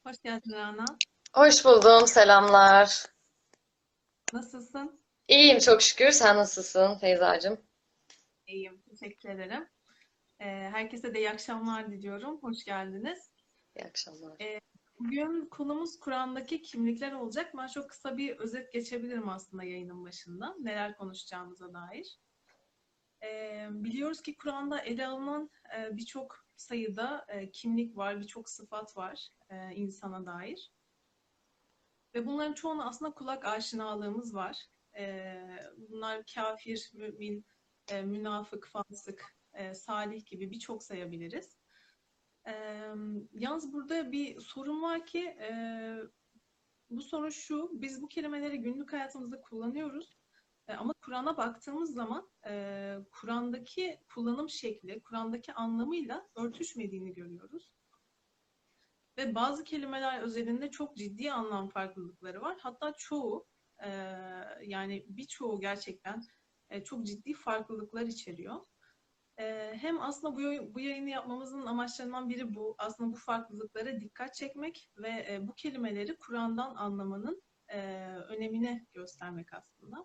Hoş geldin Rana. Hoş buldum, selamlar. Nasılsın? İyiyim çok şükür. Sen nasılsın Feyzacığım? İyiyim, teşekkür ederim. Herkese de iyi akşamlar diliyorum. Hoş geldiniz. İyi akşamlar. Ee, Bugün konumuz Kur'an'daki kimlikler olacak. Ben çok kısa bir özet geçebilirim aslında yayının başında. Neler konuşacağımıza dair. Biliyoruz ki Kur'an'da ele alınan birçok sayıda kimlik var, birçok sıfat var insana dair. Ve bunların çoğuna aslında kulak aşinalığımız var. Bunlar kafir, mümin, münafık, fasık, salih gibi birçok sayabiliriz. Yalnız burada bir sorun var ki bu sorun şu, biz bu kelimeleri günlük hayatımızda kullanıyoruz. Ama Kur'an'a baktığımız zaman Kur'an'daki kullanım şekli, Kur'an'daki anlamıyla örtüşmediğini görüyoruz. Ve bazı kelimeler özelinde çok ciddi anlam farklılıkları var. Hatta çoğu, e, yani birçoğu gerçekten çok ciddi farklılıklar içeriyor. Hem aslında bu yayını yapmamızın amaçlarından biri bu. Aslında bu farklılıklara dikkat çekmek ve bu kelimeleri Kur'an'dan anlamanın önemini göstermek aslında.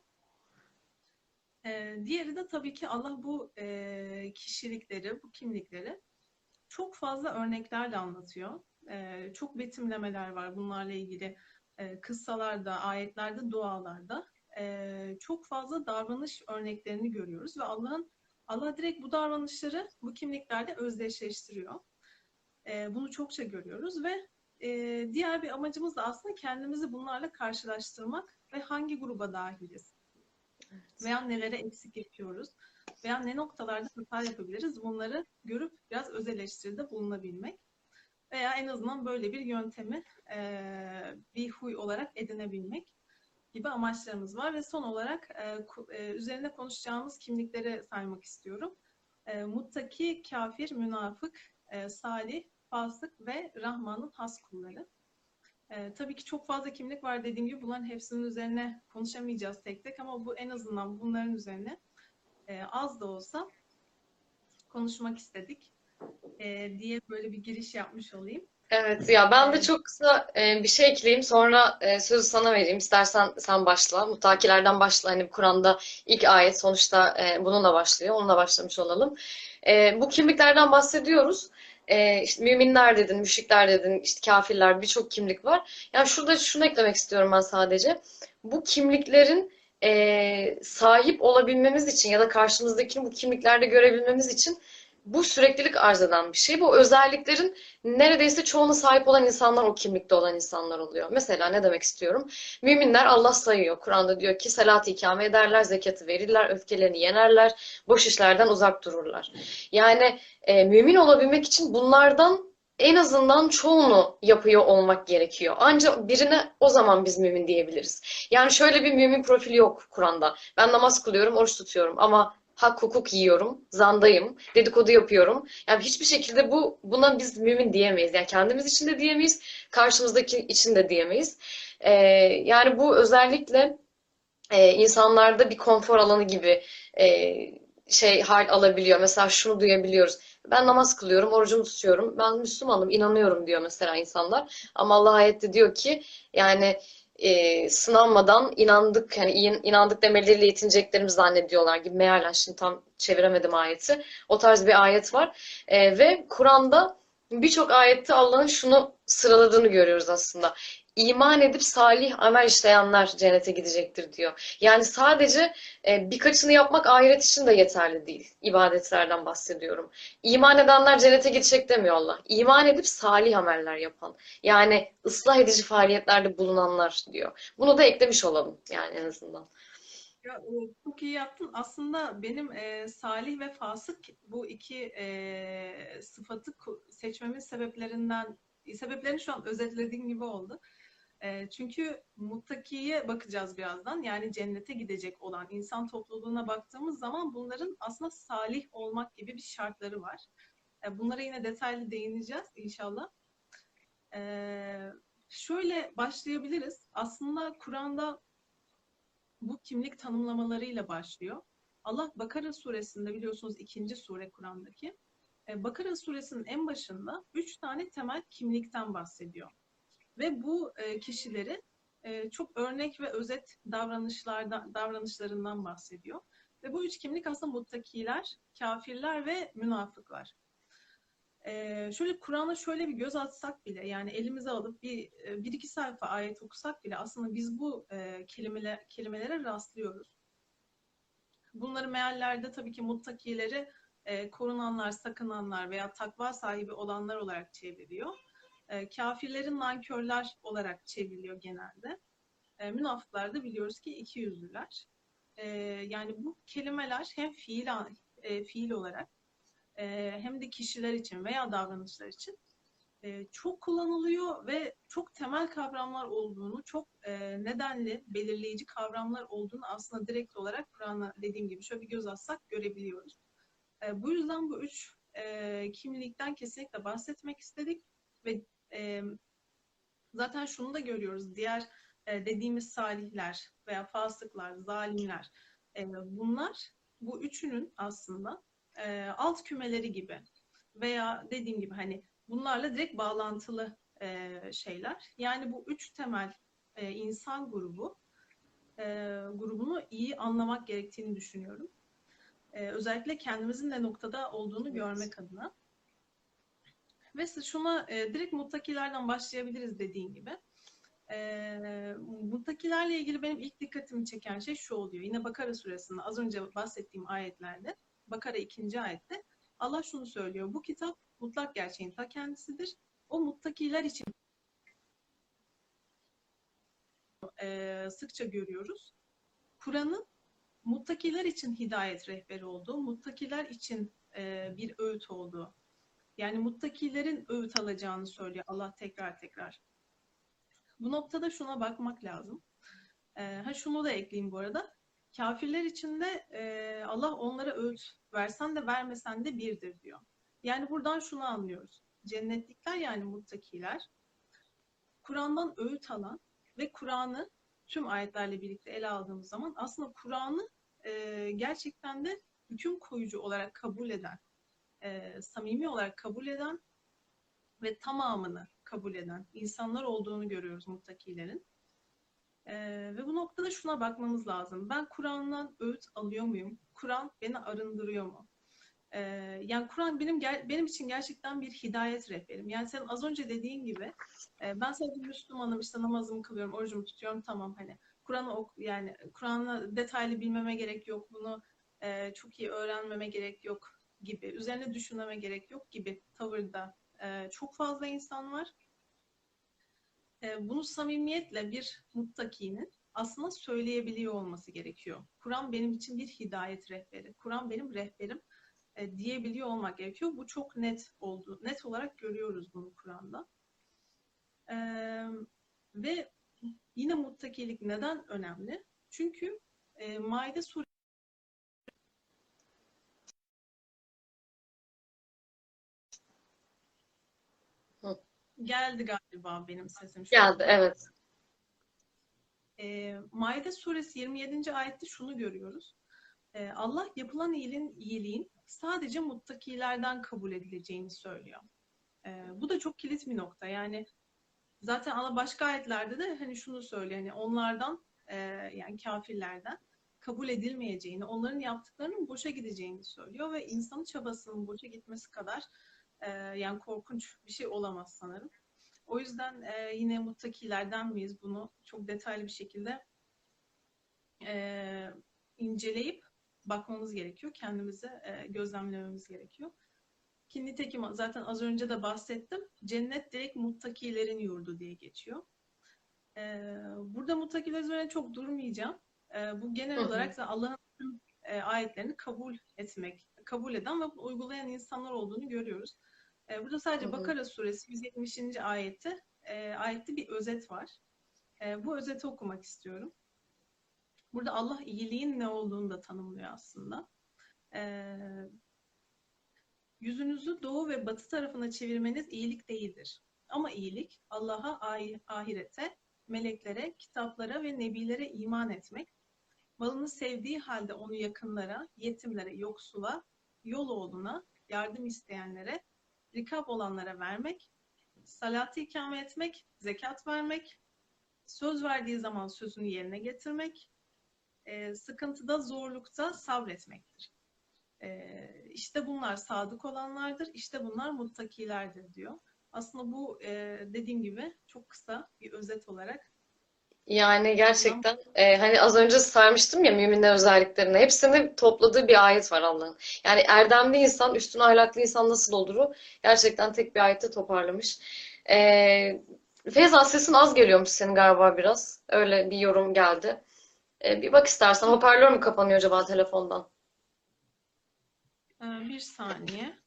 Diğeri de tabii ki Allah bu kişilikleri, bu kimlikleri çok fazla örneklerle anlatıyor. Çok betimlemeler var bunlarla ilgili. Kıssalarda, ayetlerde, dualarda. Çok fazla davranış örneklerini görüyoruz ve Allah direkt bu davranışları bu kimliklerle özdeşleştiriyor. Bunu çokça görüyoruz ve diğer bir amacımız da aslında kendimizi bunlarla karşılaştırmak ve hangi gruba dahiliz veya nelere eksik yapıyoruz veya ne noktalarda hata yapabiliriz bunları görüp biraz öz eleştiride bulunabilmek veya en azından böyle bir yöntemi bir huy olarak edinebilmek gibi amaçlarımız var ve son olarak üzerine konuşacağımız kimlikleri saymak istiyorum. Muttaki, kafir, münafık, salih, fasık ve Rahman'ın has kulları. Tabii ki çok fazla kimlik var dediğim gibi bunların hepsinin üzerine konuşamayacağız tek tek ama bu en azından bunların üzerine az da olsa konuşmak istedik diye böyle bir giriş yapmış olayım. Evet ya ben de E, çok kısa bir şey ekleyeyim sonra sözü sana vereyim. İstersen sen başla. Muttakilerden başla. Hani Kur'an'da ilk ayet sonuçta bununla başlıyor. Onunla başlamış olalım. Bu kimliklerden bahsediyoruz. İşte müminler dedin, müşrikler dedin, işte kafirler birçok kimlik var. Yani şurada şunu eklemek istiyorum ben sadece. Bu kimliklerin sahip olabilmemiz için ya da karşımızdakini bu kimliklerde görebilmemiz için bu süreklilik arz eden bir şey. Bu özelliklerin neredeyse çoğuna sahip olan insanlar o kimlikte olan insanlar oluyor. Mesela ne demek istiyorum? Müminler Allah sayıyor. Kur'an'da diyor ki salat ikame ederler, zekatı verirler, öfkelerini yenerler, boş işlerden uzak dururlar. Yani mümin olabilmek için bunlardan en azından çoğunu yapıyor olmak gerekiyor. Ancak birine o zaman biz mümin diyebiliriz. Yani şöyle bir mümin profili yok Kur'an'da. Ben namaz kılıyorum, oruç tutuyorum ama hak hukuk yiyorum, zandayım, dedikodu yapıyorum. Yani hiçbir şekilde buna biz mümin diyemeyiz. Yani kendimiz için de diyemeyiz, karşımızdaki için de diyemeyiz. Ee, Yani bu özellikle insanlarda bir konfor alanı gibi e, hal alabiliyor. Mesela şunu duyabiliyoruz. Ben namaz kılıyorum, orucumu tutuyorum. Ben Müslümanım, inanıyorum diyor mesela insanlar. Ama Allah ayette diyor ki yani sınanmadan inandık yani inandık demeleriyle yetineceklerimi zannediyorlar gibi mealen şimdi tam çeviremedim ayeti. O tarz bir ayet var. Ve Kur'an'da birçok ayette Allah'ın şunu sıraladığını görüyoruz aslında. İman edip salih amel işleyenler cennete gidecektir diyor. Yani sadece birkaçını yapmak ahiret için de yeterli değil. İbadetlerden bahsediyorum. İman edenler cennete gidecek demiyor Allah. İman edip salih ameller yapan. Yani ıslah edici faaliyetlerde bulunanlar diyor. Bunu da eklemiş olalım yani en azından. Çok iyi yaptın. Aslında benim salih ve fasık bu iki sıfatı seçmemin sebeplerini şu an özetlediğim gibi oldu. Çünkü muttakiye bakacağız birazdan. Yani cennete gidecek olan insan topluluğuna baktığımız zaman bunların aslında salih olmak gibi bir şartları var. Bunlara yine detaylı değineceğiz inşallah. E, Şöyle başlayabiliriz. Aslında Kur'an'da bu kimlik tanımlamalarıyla başlıyor. Allah Bakara suresinde biliyorsunuz ikinci sure Kur'an'daki. Bakara suresinin en başında üç tane temel kimlikten bahsediyor. Ve bu kişileri çok örnek ve özet davranışlarından bahsediyor. Ve bu üç kimlik aslında muttakiler, kafirler ve münafıklar. Şöyle Kur'an'a şöyle bir göz atsak bile, yani elimize alıp bir iki sayfa ayet okusak bile aslında biz bu kelimelere rastlıyoruz. Bunları meallerde tabii ki muttakileri korunanlar, sakınanlar veya takva sahibi olanlar olarak çevriliyor. Kafirlerin nankörler olarak çevriliyor genelde. Münafıklar da biliyoruz ki ikiyüzlüler. Yani bu kelimeler hem fiil olarak hem de kişiler için veya davranışlar için çok kullanılıyor ve çok temel kavramlar olduğunu, çok nedenli, belirleyici kavramlar olduğunu aslında direkt olarak Kur'an'a dediğim gibi şöyle bir göz atsak görebiliyoruz. Bu yüzden bu üç kimlikten kesinlikle bahsetmek istedik ve zaten şunu da görüyoruz. Diğer dediğimiz salihler veya fasıklar, zalimler bunlar bu üçünün aslında alt kümeleri gibi veya dediğim gibi hani bunlarla direkt bağlantılı şeyler. Yani bu üç temel insan grubunu iyi anlamak gerektiğini düşünüyorum. Özellikle kendimizin ne noktada olduğunu Evet. görmek adına. Ve şuna direkt muttakilerden başlayabiliriz dediğin gibi. Muttakilerle ilgili benim ilk dikkatimi çeken şey şu oluyor. Yine Bakara suresinde az önce bahsettiğim ayetlerde, Bakara 2. ayette Allah şunu söylüyor. Bu kitap mutlak gerçeğin ta kendisidir. O muttakiler için sıkça görüyoruz. Kur'an'ın muttakiler için hidayet rehberi olduğu, muttakiler için bir öğüt olduğu. Yani muttakilerin öğüt alacağını söylüyor Allah tekrar tekrar. Bu noktada şuna bakmak lazım. Şunu da ekleyeyim bu arada. Kafirler için de Allah onlara öğüt versen de vermesen de birdir diyor. Yani buradan şunu anlıyoruz. Cennetlikler yani muttakiler Kur'an'dan öğüt alan ve Kur'an'ı tüm ayetlerle birlikte ele aldığımız zaman aslında Kur'an'ı gerçekten de hüküm koyucu olarak kabul eden, samimi olarak kabul eden ve tamamını kabul eden insanlar olduğunu görüyoruz muttakilerin. Ve bu noktada şuna bakmamız lazım. Ben Kur'an'dan öğüt alıyor muyum? Kur'an beni arındırıyor mu? Ee, Yani Kur'an benim için gerçekten bir hidayet rehberim. Yani senin az önce dediğin gibi ben sadece Müslümanım, işte namazımı kılıyorum, orucumu tutuyorum, tamam hani yani Kur'an'ı detaylı bilmeme gerek yok, bunu çok iyi öğrenmeme gerek yok gibi, üzerine düşünmeme gerek yok gibi tavırda çok fazla insan var. Bunu samimiyetle bir muttakinin aslında söyleyebiliyor olması gerekiyor. Kur'an benim için bir hidayet rehberi. Kur'an benim rehberim diyebiliyor olmak gerekiyor. Bu çok net oldu. Net olarak görüyoruz bunu Kur'an'da. E, Ve yine muttakilik neden önemli? Çünkü Maide suresi Hı. geldi galiba benim sesim şu Geldi, anda. evet. Maide suresi 27. ayette şunu görüyoruz. Allah yapılan iyiliğin sadece muttakilerden kabul edileceğini söylüyor. Bu da çok kilit bir nokta. Yani zaten Allah başka ayetlerde de hani şunu söylüyor. Yani onlardan yani kafirlerden kabul edilmeyeceğini, onların yaptıklarının boşa gideceğini söylüyor ve insanın çabasının boşa gitmesi kadar yani korkunç bir şey olamaz sanırım. O yüzden yine muttakilerden miyiz bunu çok detaylı bir şekilde e, inceleyip bakmamız gerekiyor. Kendimizi gözlemlememiz gerekiyor. Ki nitekim zaten az önce de bahsettim. Cennet direkt muttakilerin yurdu diye geçiyor. Burada muttakiler üzerine çok durmayacağım. Bu Hı genel hı. olarak Allah'ın tüm ayetlerini kabul eden ve uygulayan insanlar olduğunu görüyoruz. Burada Hı sadece hı. Bakara suresi 170. Ayette bir özet var. Bu özeti okumak istiyorum. Burada Allah iyiliğin ne olduğunu da tanımlıyor aslında. Ee, Yüzünüzü doğu ve batı tarafına çevirmeniz iyilik değildir. Ama iyilik Allah'a, ahirete, meleklere, kitaplara ve nebilere iman etmek, malını sevdiği halde onu yakınlara, yetimlere, yoksula, yol oğluna, yardım isteyenlere, rikab olanlara vermek salatı ikame etmek, zekat vermek, söz verdiği zaman sözünü yerine getirmek, sıkıntıda, zorlukta sabretmektir. İşte bunlar sadık olanlardır, işte bunlar muttakilerdir diyor. Aslında bu dediğim gibi çok kısa bir özet olarak Yani bundan. gerçekten hani az önce saymıştım ya müminler özelliklerini. Hepsini topladığı bir ayet var Allah'ın. Yani erdemli insan, üstün ahlaklı insan nasıl oluru gerçekten tek bir ayette toparlamış. Feyza, sesin az geliyormuş senin galiba biraz. Öyle bir yorum geldi. Bir bak istersen. Hoparlör mü kapanıyor acaba telefondan? Bir saniye.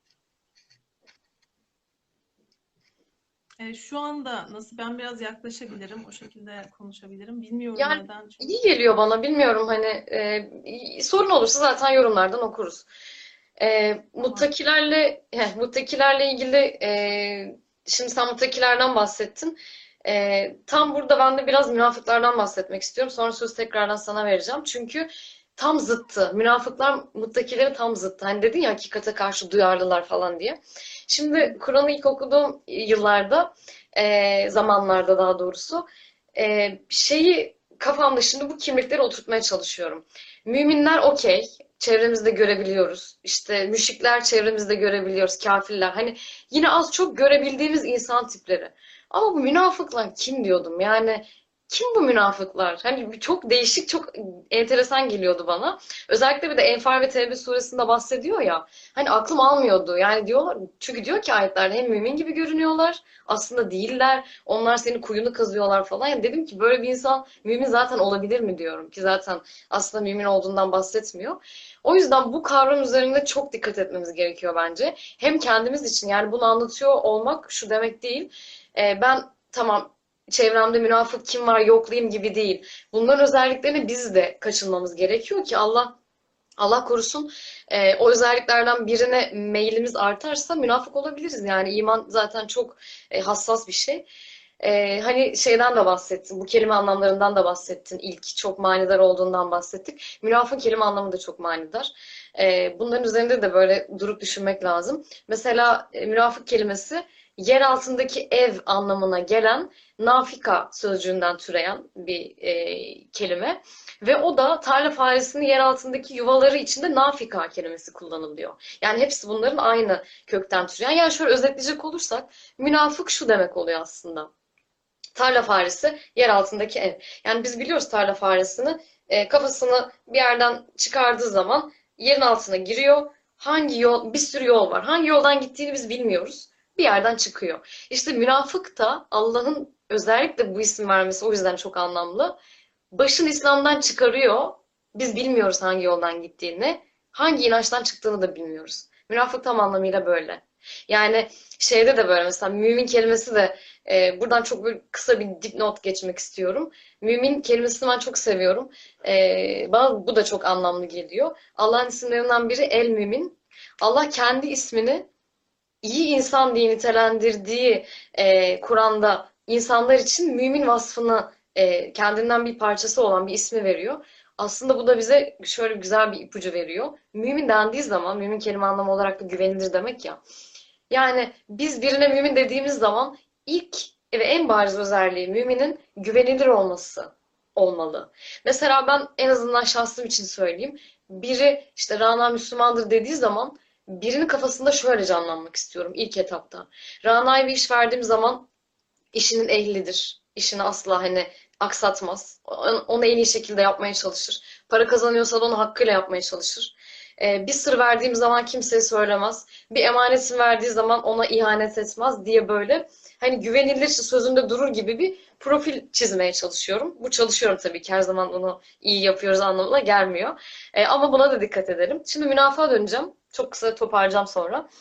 Şu anda nasıl? Ben biraz yaklaşabilirim, o şekilde konuşabilirim. Bilmiyorum Yani neden çünkü. iyi geliyor bana, bilmiyorum hani sorun olursa zaten yorumlardan okuruz. Tamam. Muttakilerle ilgili şimdi sen muttakilerden bahsettin. Tam burada ben de biraz münafıklardan bahsetmek istiyorum. Sonra sözü tekrardan sana vereceğim. Çünkü tam zıttı. Münafıklar muttakilerin tam zıttı. Hani dedin ya hakikate karşı duyarlılar falan diye. Şimdi Kur'an'ı ilk okuduğum yıllarda, zamanlarda daha doğrusu, şeyi kafamda şimdi bu kimlikleri oturtmaya çalışıyorum. Müminler okey, çevremizde görebiliyoruz. İşte müşrikler çevremizde görebiliyoruz, kafirler. Hani yine az çok görebildiğimiz insan tipleri. Ama bu münafıklar kim diyordum? Yani kim bu münafıklar? Hani çok değişik, çok enteresan geliyordu bana. Özellikle bir de Enfal ve Tevbe suresinde bahsediyor ya. Hani aklım almıyordu. Yani diyorlar, çünkü diyor ki ayetlerde hem mümin gibi görünüyorlar, aslında değiller. Onlar senin kuyunu kazıyorlar falan. Yani dedim ki böyle bir insan mümin zaten olabilir mi diyorum ki zaten aslında mümin olduğundan bahsetmiyor. O yüzden bu kavram üzerinde çok dikkat etmemiz gerekiyor bence. Hem kendimiz için, yani bunu anlatıyor olmak şu demek değil. Ben tamam, çevremde münafık kim var yoklayayım gibi değil. Bunların özelliklerini biz de kaçınmamız gerekiyor ki Allah korusun, o özelliklerden birine meylimiz artarsa münafık olabiliriz. Yani iman zaten çok hassas bir şey. Hani şeyden de bahsettin, bu kelime anlamlarından da bahsettin. İlk çok manidar olduğundan bahsettik. Münafık kelime anlamı da çok manidar. Bunların üzerinde de böyle durup düşünmek lazım. Mesela münafık kelimesi yer altındaki ev anlamına gelen nafika sözcüğünden türeyen bir kelime. Ve o da tarla faresinin yer altındaki yuvaları içinde nafika kelimesi kullanılıyor. Yani hepsi bunların aynı kökten türeyen. Yani şöyle özetleyecek olursak münafık şu demek oluyor aslında. Tarla faresi yer altındaki ev. Yani biz biliyoruz tarla faresini, kafasını bir yerden çıkardığı zaman yerin altına giriyor. Hangi yol, bir sürü yol var. Hangi yoldan gittiğini biz bilmiyoruz. Bir yerden çıkıyor. İşte münafık da Allah'ın özellikle bu isim vermesi o yüzden çok anlamlı. Başın İslam'dan çıkarıyor. Biz bilmiyoruz hangi yoldan gittiğini. Hangi inançtan çıktığını da bilmiyoruz. Münafık tam anlamıyla böyle. Yani şeyde de böyle, mesela mümin kelimesi de, buradan çok böyle kısa bir dipnot geçmek istiyorum. Mümin kelimesini ben çok seviyorum. Bana bu da çok anlamlı geliyor. Allah'ın isimlerinden biri El Mümin. Allah kendi ismini iyi insan diye nitelendirdiği Kur'an'da insanlar için mümin vasfını, kendinden bir parçası olan bir ismi veriyor. Aslında bu da bize şöyle güzel bir ipucu veriyor. Mümin dendiği zaman, mümin kelime anlamı olarak da güvenilir demek ya. Yani biz birine mümin dediğimiz zaman ilk ve en bariz özelliği müminin güvenilir olması olmalı. Mesela ben en azından şahsım için söyleyeyim. Biri işte Rana Müslümandır dediği zaman birinin kafasında şöyle canlanmak istiyorum ilk etapta. Rana'ya bir iş verdiğim zaman işinin ehlidir. İşini asla hani aksatmaz. Onu en iyi şekilde yapmaya çalışır. Para kazanıyorsa da onu hakkıyla yapmaya çalışır. Bir sır verdiğim zaman kimseye söylemez. Bir emanetin verdiği zaman ona ihanet etmez diye böyle hani güvenilir, sözünde durur gibi bir profil çizmeye çalışıyorum. Bu çalışıyorum tabii ki, her zaman bunu iyi yapıyoruz anlamına gelmiyor. Ama buna da dikkat edelim. Şimdi münafığa döneceğim. Çok kısa toparlayacağım sonra.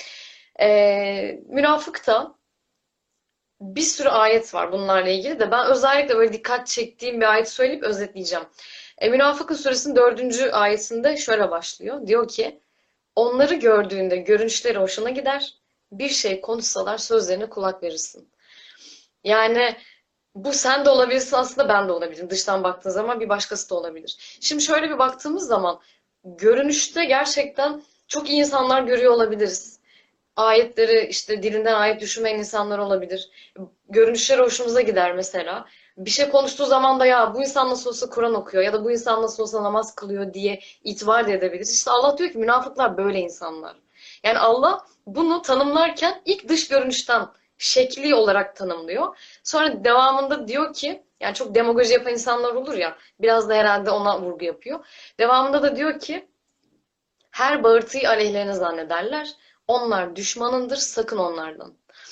Münafık da bir sürü ayet var bunlarla ilgili de ben özellikle böyle dikkat çektiğim bir ayet söyleyip özetleyeceğim. Münafıkın suresinin 4. ayetinde şöyle başlıyor. Diyor ki, onları gördüğünde görünüşleri hoşuna gider, bir şey konuşsalar sözlerine kulak verirsin. Yani bu sen de olabilirsin, aslında ben de olabilirim. Dıştan baktığın zaman bir başkası da olabilir. Şimdi şöyle bir baktığımız zaman görünüşte gerçekten çok iyi insanlar görüyor olabiliriz. ayetleri işte dilinden ayet düşürmeyen insanlar olabilir. Görünüşleri hoşumuza gider mesela. Bir şey konuştuğu zaman da ya bu insan nasıl olsa Kur'an okuyor ya da bu insan nasıl olsa namaz kılıyor diye itibar da edebiliriz. İşte Allah diyor ki münafıklar böyle insanlar. Yani Allah bunu tanımlarken ilk dış görünüşten şekli olarak tanımlıyor. Sonra devamında diyor ki yani çok demagoji yapan insanlar olur ya biraz da herhalde ona vurgu yapıyor. Devamında da diyor ki her bağırtıyı aleyhlerine zannederler. Onlar düşmanındır, sakın onlardan.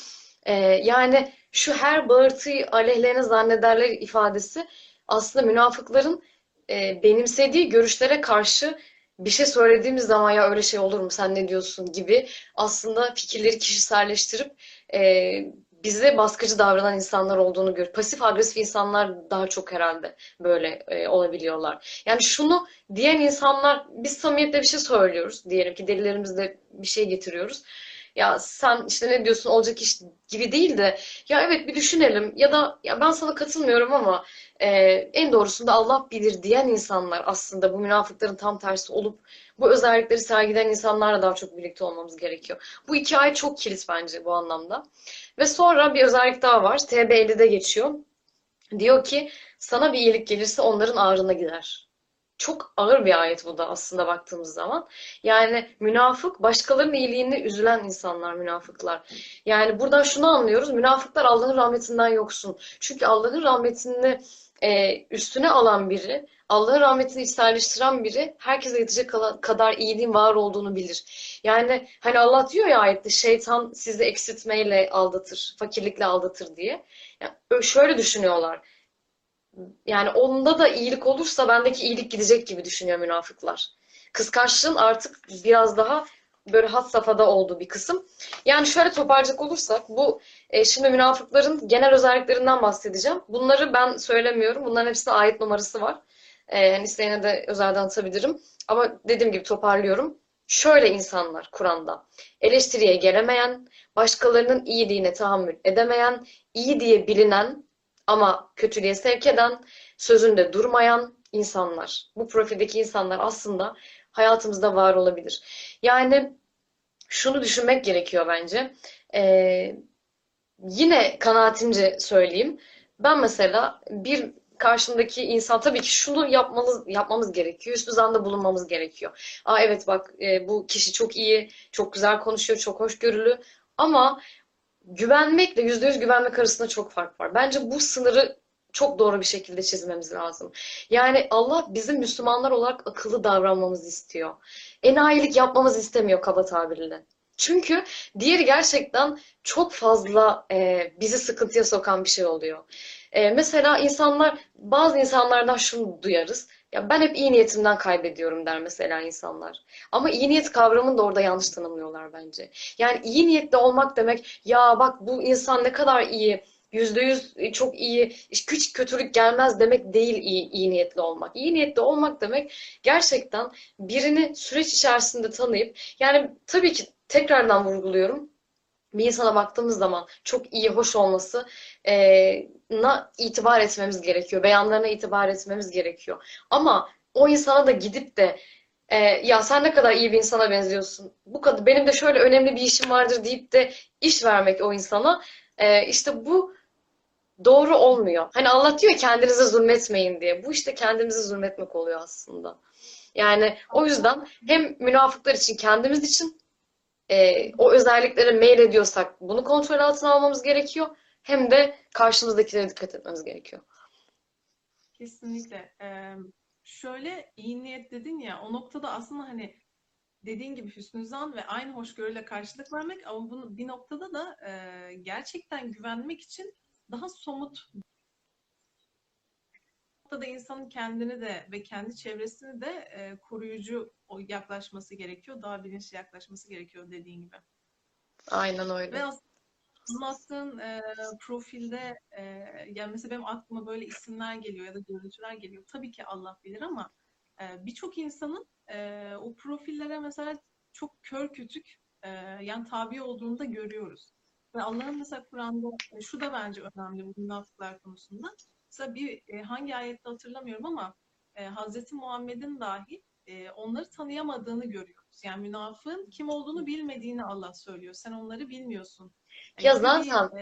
Yani şu her bağırtıyı aleyhlerine zannederler ifadesi aslında münafıkların benimsediği görüşlere karşı bir şey söylediğimiz zaman ya öyle şey olur mu sen ne diyorsun gibi aslında fikirleri kişiselleştirip e, bize baskıcı davranan insanlar olduğunu gör. Pasif agresif insanlar daha çok herhalde böyle olabiliyorlar. Yani şunu diyen insanlar biz samimiyetle bir şey söylüyoruz. Diyelim ki delillerimizle bir şey getiriyoruz. Ya sen işte ne diyorsun olacak iş gibi değil de ya evet bir düşünelim ya da ya ben sana katılmıyorum ama e, en doğrusunu da Allah bilir diyen insanlar aslında bu münafıkların tam tersi olup bu özellikleri sergileyen insanlarla daha çok birlikte olmamız gerekiyor. Bu iki ay çok kilit bence bu anlamda. Ve sonra bir özellik daha var. TB50'de geçiyor. Diyor ki sana bir iyilik gelirse onların ağrına gider. Çok ağır bir ayet bu da aslında baktığımız zaman. Yani münafık başkalarının iyiliğini üzülen insanlar münafıklar. Yani buradan şunu anlıyoruz. Münafıklar Allah'ın rahmetinden yoksun. Çünkü Allah'ın rahmetini üstüne alan biri, Allah'ın rahmetini içselleştiren biri herkese yetecek kadar iyiliğin var olduğunu bilir. Yani hani Allah diyor ya ayette şeytan sizi eksiltmeyle aldatır, fakirlikle aldatır diye. Yani şöyle düşünüyorlar. Yani onda da iyilik olursa bendeki iyilik gidecek gibi düşünüyor münafıklar. Kıskançlığın artık biraz daha böyle had safhada olduğu bir kısım. Yani şöyle toparlayacak olursak bu şimdi münafıkların genel özelliklerinden bahsedeceğim. Bunları ben söylemiyorum. Bunların hepsine ayet numarası var. Yani isteyene de özelden atabilirim. Ama dediğim gibi toparlıyorum. Şöyle insanlar Kur'an'da. Eleştiriye gelemeyen, başkalarının iyiliğine tahammül edemeyen, iyi diye bilinen ama kötülüğe sevk eden, sözünde durmayan insanlar. Bu profildeki insanlar aslında hayatımızda var olabilir. Yani şunu düşünmek gerekiyor bence. Ee, Yine kanaatimce söyleyeyim. Ben mesela bir karşımdaki insan tabii ki şunu yapmamız gerekiyor. Üst zanda bulunmamız gerekiyor. Aa evet bak bu kişi çok iyi, çok güzel konuşuyor, çok hoşgörülü. Ama güvenmekle %100 güvenmek arasında çok fark var. Bence bu sınırı çok doğru bir şekilde çizmemiz lazım. Yani Allah bizim Müslümanlar olarak akıllı davranmamızı istiyor. Enayilik yapmamızı istemiyor kaba tabirle. Çünkü diğeri gerçekten çok fazla bizi sıkıntıya sokan bir şey oluyor. Mesela bazı insanlardan şunu duyarız. Ya ben hep iyi niyetimden kaybediyorum der mesela insanlar. Ama iyi niyet kavramını da orada yanlış tanımlıyorlar bence. Yani iyi niyetli olmak demek ya bak bu insan ne kadar iyi, %100 çok iyi, hiç kötülük gelmez demek değil iyi niyetli olmak. İyi niyetli olmak demek gerçekten birini süreç içerisinde tanıyıp yani tabii ki tekrardan vurguluyorum. Bir insana baktığımız zaman çok iyi, hoş olması na itibar etmemiz gerekiyor. Beyanlarına itibar etmemiz gerekiyor. Ama o insana da gidip de ya sen ne kadar iyi bir insana benziyorsun. Bu kadar benim de şöyle önemli bir işim vardır deyip de iş vermek o insana işte bu doğru olmuyor. Hani Allah diyor kendinize zulmetmeyin diye. Bu işte kendimize zulmetmek oluyor aslında. Yani o yüzden hem münafıklar için kendimiz için o özelliklere meylediyorsak bunu kontrol altına almamız gerekiyor. Hem de karşımızdakilere dikkat etmemiz gerekiyor. Kesinlikle. Şöyle iyi niyet dedin ya, o noktada aslında hani dediğin gibi hüsnü zan ve aynı hoşgörüyle karşılık vermek, ama bunu bir noktada da gerçekten güvenmek için daha somut noktada insanın kendini de ve kendi çevresini de koruyucu yaklaşması gerekiyor. Daha bilinçli yaklaşması gerekiyor dediğin gibi. Aynen öyle. Ve aslında anlattığın profilde yani mesela benim aklıma böyle isimler geliyor ya da görüntüler geliyor. Tabii ki Allah bilir ama birçok insanın o profillere mesela çok kör kütük yani tabi olduğunu da görüyoruz. Ve Allah'ın mesela Kur'an'da şu da bence önemli bu münafıklar konusunda. Mesela hangi ayette hatırlamıyorum ama Hazreti Muhammed'in dahi onları tanıyamadığını görüyoruz. Yani münafığın kim olduğunu bilmediğini Allah söylüyor. Sen onları bilmiyorsun Ya gibi bir zaten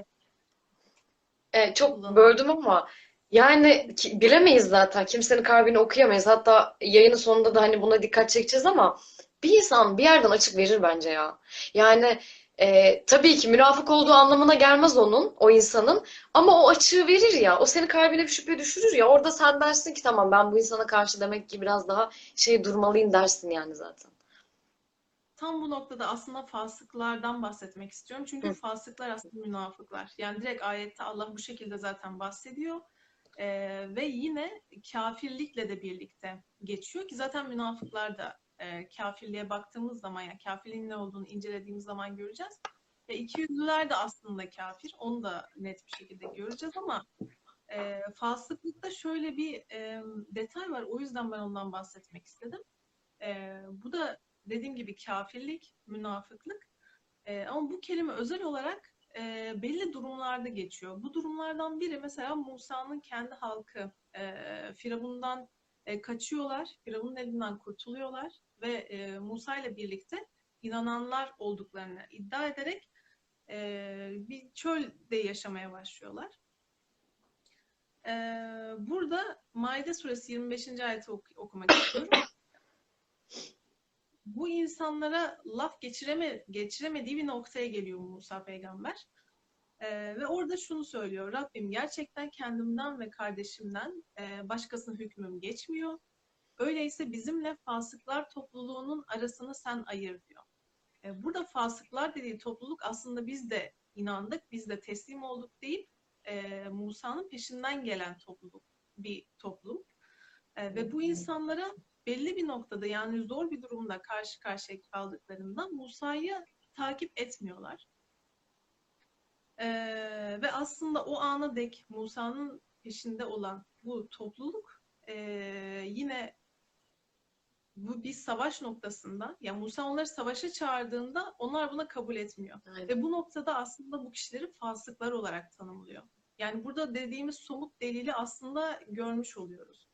çok kullanım. böldüm ama yani bilemeyiz zaten. Kimsenin kalbini okuyamayız. Hatta yayının sonunda da hani buna dikkat çekeceğiz ama bir insan bir yerden açık verir bence ya. Yani tabii ki münafık olduğu anlamına gelmez o insanın. Ama o açığı verir ya. O senin kalbine bir şüphe düşürür ya. Orada sen dersin ki tamam ben bu insana karşı demek ki biraz daha durmalıyım dersin yani zaten. Tam bu noktada aslında fasıklardan bahsetmek istiyorum. Çünkü Hı, fasıklar aslında münafıklar. Yani direkt ayette Allah bu şekilde zaten bahsediyor. Ve yine kafirlikle de birlikte geçiyor ki zaten münafıklar da kafirliğe baktığımız zaman, yani kafirliğin ne olduğunu incelediğimiz zaman göreceğiz. Ve ikiyüzlüler de aslında kafir. Onu da net bir şekilde göreceğiz ama fasıklıkta şöyle bir detay var. O yüzden ben ondan bahsetmek istedim. Bu da dediğim gibi kafirlik, münafıklık. Ama bu kelime özel olarak belli durumlarda geçiyor. Bu durumlardan biri mesela Musa'nın kendi halkı Firavun'dan kaçıyorlar. Firavun'un elinden kurtuluyorlar ve Musa ile birlikte inananlar olduklarını iddia ederek bir çölde yaşamaya başlıyorlar. Burada Maide suresi 25. ayeti okumak istiyorum. Bu insanlara laf geçiremediği bir noktaya geliyor Musa peygamber. Ve orada şunu söylüyor. Rabbim gerçekten kendimden ve kardeşimden başkasına hükmüm geçmiyor. Öyleyse bizimle fasıklar topluluğunun arasını sen ayır diyor. Burada fasıklar dediği topluluk aslında biz de inandık, biz de teslim olduk deyip Musa'nın peşinden gelen topluluk, bir toplum. Ve bu insanlara belli bir noktada yani zor bir durumda karşı karşıya kaldıklarında Musa'yı takip etmiyorlar. Ve aslında o ana dek Musa'nın peşinde olan bu topluluk yine bu bir savaş noktasında, yani Musa onları savaşa çağırdığında onlar buna kabul etmiyor. aynen. Ve bu noktada aslında bu kişileri fasıklar olarak tanımlıyor. Yani burada dediğimiz somut delili aslında görmüş oluyoruz.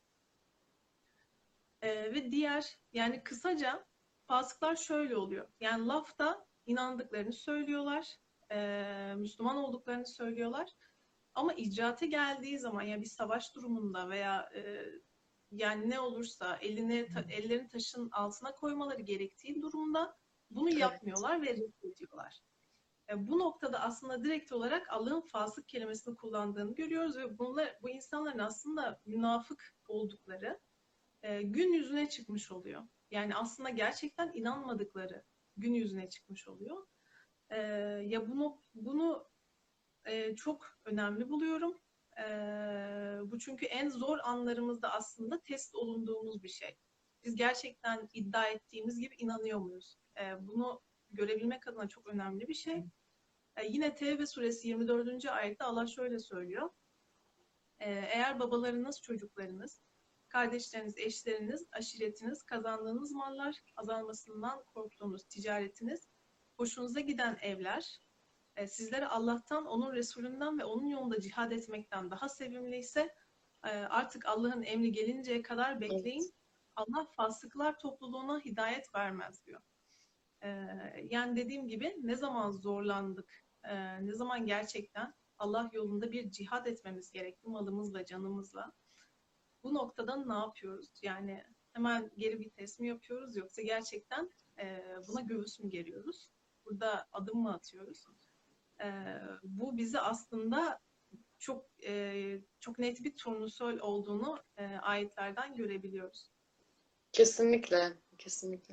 Ve diğer yani kısaca fasıklar şöyle oluyor. Yani lafta inandıklarını söylüyorlar, Müslüman olduklarını söylüyorlar. Ama icraate geldiği zaman ya bir savaş durumunda veya yani ne olursa ellerini taşın altına koymaları gerektiği durumda bunu Evet. yapmıyorlar ve reddediyorlar. Bu noktada aslında direkt olarak Allah'ın fasık kelimesini kullandığını görüyoruz ve bu insanların aslında münafık oldukları gün yüzüne çıkmış oluyor. Yani aslında gerçekten inanmadıkları gün yüzüne çıkmış oluyor. E, Ya bunu çok önemli buluyorum. Bu çünkü en zor anlarımızda aslında test olunduğumuz bir şey. Biz gerçekten iddia ettiğimiz gibi inanıyor muyuz? Bunu görebilmek adına çok önemli bir şey. Yine Tevbe suresi 24. ayette Allah şöyle söylüyor. Eğer babalarınız, çocuklarınız, kardeşleriniz, eşleriniz, aşiretiniz, kazandığınız mallar, azalmasından korktuğunuz ticaretiniz, hoşunuza giden evler, sizlere Allah'tan, onun Resulünden ve onun yolunda cihad etmekten daha sevimliyse artık Allah'ın emri gelinceye kadar Evet. bekleyin. Allah fasıklar topluluğuna hidayet vermez diyor. E, Yani dediğim gibi ne zaman zorlandık, ne zaman gerçekten Allah yolunda bir cihad etmemiz gerekti malımızla, canımızla. Bu noktada ne yapıyoruz? Yani hemen geri vites mi yapıyoruz yoksa gerçekten buna göğüs mü geriyoruz? Burada adım mı atıyoruz? Bu bizi aslında çok net bir turnusol olduğunu ayetlerden görebiliyoruz. Kesinlikle. Kesinlikle.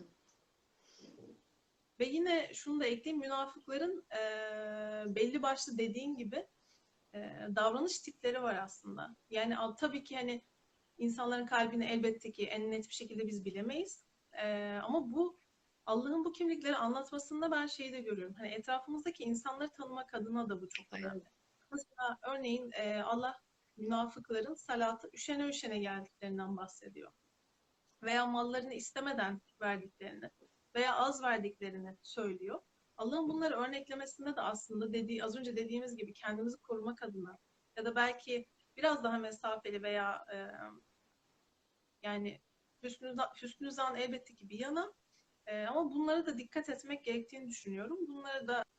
Ve yine şunu da ekleyeyim, münafıkların belli başlı dediğin gibi davranış tipleri var aslında. Yani tabii ki hani insanların kalbini elbette ki en net bir şekilde biz bilemeyiz. Ama bu Allah'ın bu kimlikleri anlatmasında ben şeyi de görüyorum. Hani etrafımızdaki insanları tanımak adına da bu çok Aynen. önemli. Mesela örneğin Allah münafıkların salata üşene üşene geldiklerinden bahsediyor. Veya mallarını istemeden verdiklerini veya az verdiklerini söylüyor. Allah'ın bunları örneklemesinde de aslında az önce dediğimiz gibi kendimizi korumak adına ya da belki biraz daha mesafeli veya yani hüsnü zan elbette ki bir yana. Ama bunlara da dikkat etmek gerektiğini düşünüyorum. Bunlara da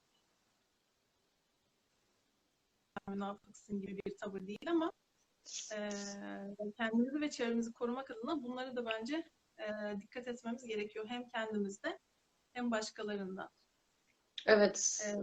münafıksın gibi bir tavır değil ama kendimizi ve çevremizi korumak adına bunları da bence dikkat etmemiz gerekiyor. Hem kendimizde hem başkalarında. Evet. E,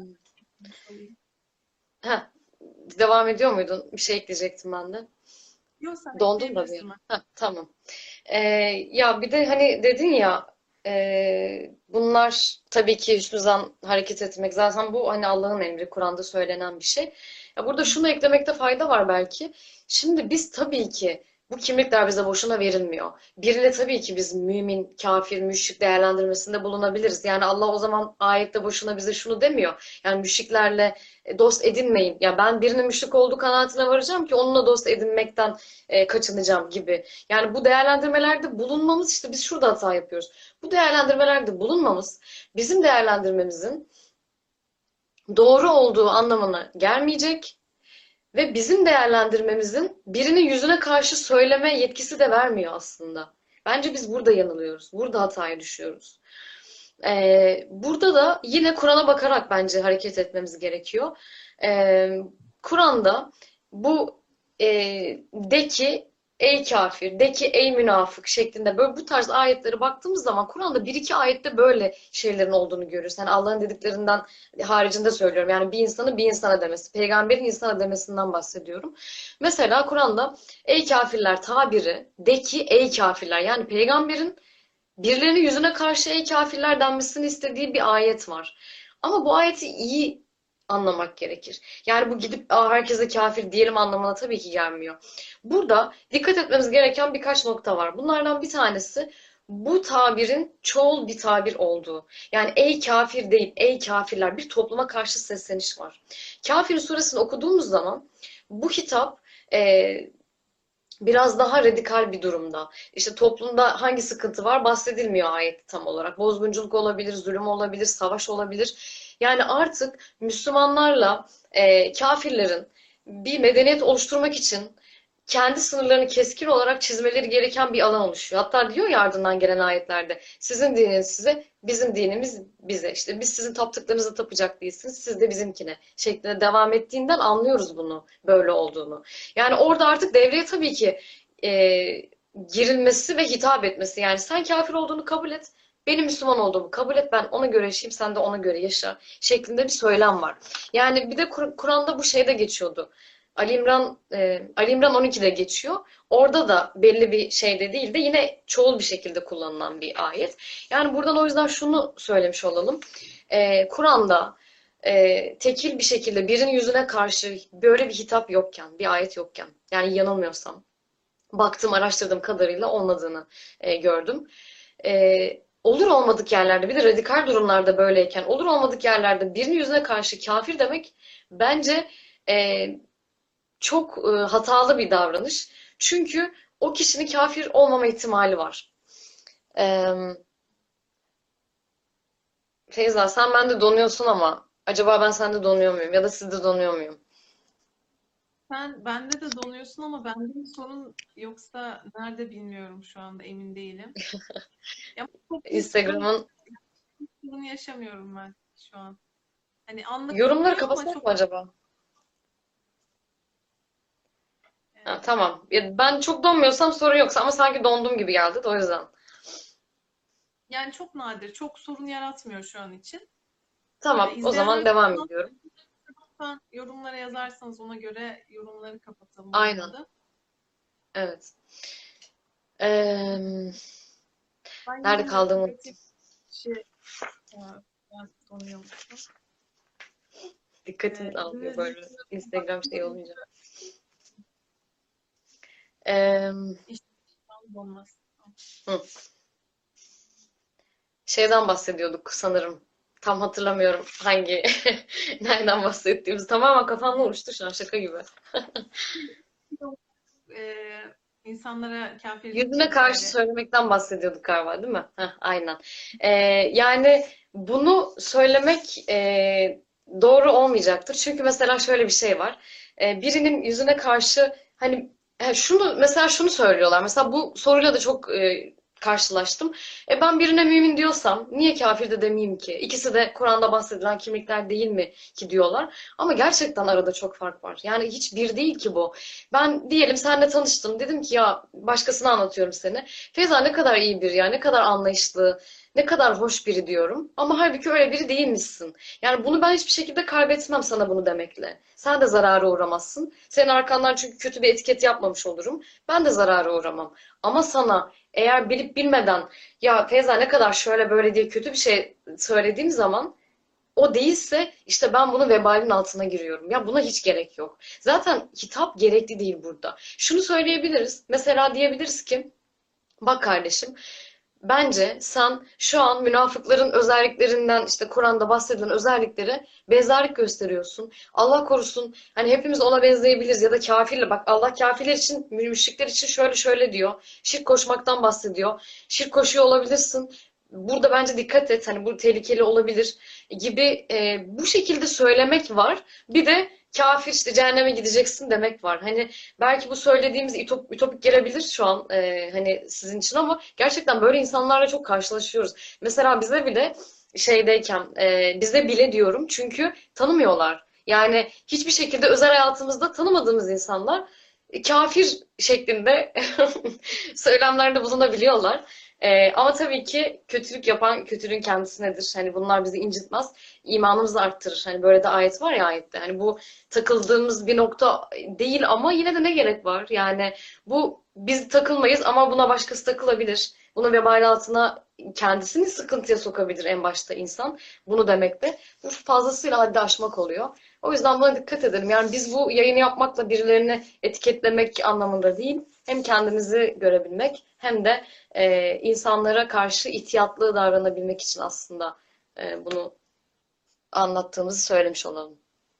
Heh, devam ediyor muydun? Bir şey ekleyecektim ben de. Yok, sen Dondun da bir. ekleyebilirsin. Heh, tamam. Ya bir de hani dedin ya bunlar tabii ki hüsnü zan hareket etmek zaten bu hani Allah'ın emri Kur'an'da söylenen bir şey. Ya burada şunu eklemekte fayda var belki. Şimdi biz tabii ki bu kimlikler bize boşuna verilmiyor. Birine tabii ki biz mümin, kafir, müşrik değerlendirmesinde bulunabiliriz. Yani Allah o zaman ayette boşuna bize şunu demiyor. Yani müşriklerle dost edinmeyin. Ya ben birinin müşrik olduğu kanaatine varacağım ki onunla dost edinmekten kaçınacağım gibi. Yani bu değerlendirmelerde bulunmamız işte biz şurada hata yapıyoruz. Bu değerlendirmelerde bulunmamız bizim değerlendirmemizin doğru olduğu anlamına gelmeyecek ve bizim değerlendirmemizin birinin yüzüne karşı söyleme yetkisi de vermiyor aslında. Bence biz burada yanılıyoruz. Burada hataya düşüyoruz. Burada da yine Kur'an'a bakarak bence hareket etmemiz gerekiyor. Kur'an'da bu de ki ey kafir, de ki ey münafık şeklinde böyle bu tarz ayetlere baktığımız zaman Kur'an'da bir iki ayette böyle şeylerin olduğunu görürüz. Yani Allah'ın dediklerinden haricinde söylüyorum. Yani bir insanı bir insana demesi, peygamberin insana demesinden bahsediyorum. Mesela Kur'an'da ey kafirler tabiri, de ki ey kafirler yani peygamberin birilerinin yüzüne karşı ey kafirler denmesini istediği bir ayet var. Ama bu ayeti iyi anlamak gerekir. Yani bu gidip herkese kafir diyelim anlamına tabii ki gelmiyor. Burada dikkat etmemiz gereken birkaç nokta var. Bunlardan bir tanesi bu tabirin çoğul bir tabir olduğu. Yani ey kafir değil, ey kafirler bir topluma karşı sesleniş var. Kafir suresini okuduğumuz zaman bu hitap biraz daha radikal bir durumda. İşte toplumda hangi sıkıntı var bahsedilmiyor ayette tam olarak. Bozgunculuk olabilir, zulüm olabilir, savaş olabilir. Yani artık Müslümanlarla kafirlerin bir medeniyet oluşturmak için kendi sınırlarını keskin olarak çizmeleri gereken bir alan oluşuyor. Hatta diyor ya ardından gelen ayetlerde sizin dininiz size, bizim dinimiz bize. İşte biz sizin taptıklarınıza tapacak değilsiniz, siz de bizimkine şeklinde devam ettiğinden anlıyoruz bunu böyle olduğunu. Yani orada artık devreye tabii ki e, girilmesi ve hitap etmesi. Yani sen kafir olduğunu kabul et, benim Müslüman olduğumu kabul et, ben ona göre yaşayayım, sen de ona göre yaşa şeklinde bir söylem var. Yani bir de Kur'an'da bu şeyde geçiyordu. Ali İmran 12'de geçiyor. Orada da belli bir şeyde değil de yine çoğul bir şekilde kullanılan bir ayet. Yani buradan o yüzden şunu söylemiş olalım. Kur'an'da tekil bir şekilde birinin yüzüne karşı böyle bir hitap yokken, bir ayet yokken, yani yanılmıyorsam, baktığım, araştırdığım kadarıyla olmadığını gördüm. Olur olmadık yerlerde, bir de radikal durumlarda böyleyken, olur olmadık yerlerde birinin yüzüne karşı kafir demek bence e, çok hatalı bir davranış. Çünkü o kişinin kafir olmama ihtimali var. Ee, Feyza sen bende donuyorsun ama acaba ben sende donuyor muyum ya da sizde donuyor muyum? Sen bende de donuyorsun ama bende bir sorun yoksa nerede bilmiyorum, şu anda emin değilim. Ama çok bir Instagram'ın sorun yaşamıyorum ben şu an. Hani anlık yorumları donuyor ama kapatsak çok mı acaba? Ha, e, tamam. Ya ben çok donmuyorsam sorun yoksa ama sanki dondum gibi geldi de o yüzden. yani çok nadir, çok sorun yaratmıyor şu an için. Tamam, o zaman İzleyenler devam ediyorum. lütfen yorumlara yazarsanız ona göre yorumları kapatalım Aynen, olmadı. evet. Ee, Ben Nerede yine kaldığımı negatif unuttum. şey ben donuyormuşum. Dikkatim dağılıyor İzlediğiniz böyle için Instagram şey de olunca. Ee, İşten olmaz. hı. Şeyden bahsediyorduk sanırım. Tam hatırlamıyorum hangi, nereden bahsettiğimizi. Tamamen kafamda uçtu şu an şaka gibi. İnsanlara kafirlik Yüzüne karşı vesaire. söylemekten bahsediyorduk galiba, değil mi? Heh, aynen. Ee, Yani bunu söylemek doğru olmayacaktır. Çünkü mesela şöyle bir şey var. Birinin yüzüne karşı hani Şunu mesela şunu söylüyorlar. Mesela bu soruyla da çok karşılaştım. Ben birine mümin diyorsam niye kafir de demeyeyim ki? İkisi de Kur'an'da bahsedilen kimlikler değil mi ki diyorlar. Ama gerçekten arada çok fark var. Yani hiç bir değil ki bu. Ben diyelim seninle tanıştım. Dedim ki ya başkasına anlatıyorum seni. Feyza ne kadar iyi biri ya, ne kadar anlayışlı, ne kadar hoş biri diyorum. Ama halbuki öyle biri değilmişsin. Yani bunu ben hiçbir şekilde kaybetmem sana bunu demekle. Sen de zarara uğramazsın. Senin arkandan çünkü kötü bir etiket yapmamış olurum. Ben de zarara uğramam. Ama sana eğer bilip bilmeden ya Feyza ne kadar şöyle böyle diye kötü bir şey söylediğim zaman o değilse işte ben bunu vebalin altına giriyorum. Ya buna hiç gerek yok. Zaten hitap gerekli değil burada. Şunu söyleyebiliriz. Mesela diyebiliriz ki bak kardeşim, bence sen şu an münafıkların özelliklerinden işte Kur'an'da bahsedilen özellikleri benzerlik gösteriyorsun. Allah korusun hani hepimiz ona benzeyebiliriz ya da kafirle bak Allah kafirler için müşrikler için şöyle şöyle diyor. Şirk koşmaktan bahsediyor. Şirk koşuyor olabilirsin. Burada bence dikkat et hani bu tehlikeli olabilir gibi bu şekilde söylemek var. Bir de kafir işte cehenneme gideceksin demek var. Hani belki bu söylediğimiz ütopik gelebilir şu an hani sizin için ama gerçekten böyle insanlarla çok karşılaşıyoruz. Mesela bize bile şeydeyken bize bile diyorum çünkü tanımıyorlar. Yani hiçbir şekilde özel hayatımızda tanımadığımız insanlar kafir şeklinde söylemlerde bulunabiliyorlar. Ama tabii ki kötülük yapan kötülüğün kendisinedir. Hani bunlar bizi incitmez, imanımızı arttırır. Hani böyle de ayet var ya ayette. Hani bu takıldığımız bir nokta değil ama yine de ne gerek var? Yani bu biz takılmayız ama buna başkası takılabilir. Bunu vebal altına kendisini sıkıntıya sokabilir en başta insan. Bunu demek de bu fazlasıyla haddi aşmak oluyor. O yüzden buna dikkat edelim. Yani biz bu yayını yapmakla birilerini etiketlemek anlamında değil, hem kendimizi görebilmek hem de insanlara karşı ihtiyatlı davranabilmek için aslında bunu anlattığımızı söylemiş olalım.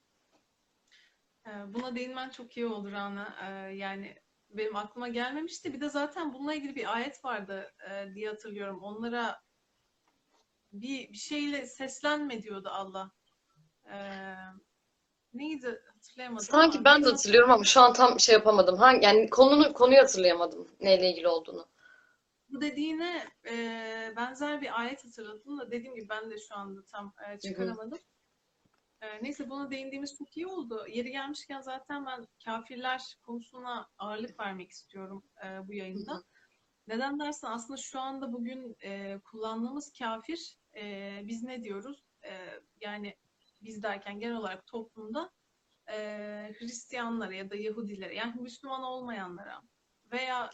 Buna değinmen çok iyi olur Rana. Yani benim aklıma gelmemişti. Bir de zaten bununla ilgili bir ayet vardı diye hatırlıyorum. Onlara bir şeyle seslenme diyordu Allah. Ee, Neydi hatırlayamadım Sanki ama ben de neyse. hatırlıyorum ama şu an tam şey yapamadım. Yani konuyu hatırlayamadım neyle ilgili olduğunu. Bu dediğine benzer bir ayet hatırladım da dediğim gibi ben de şu anda tam Hı hı, çıkaramadım. Neyse buna değindiğimiz çok iyi oldu. Yeri gelmişken zaten ben kafirler konusuna ağırlık vermek istiyorum bu hı yayında. hı, Neden dersen aslında şu anda bugün kullandığımız kafir biz ne diyoruz? Yani biz derken genel olarak toplumda Hristiyanlara ya da Yahudilere yani Müslüman olmayanlara veya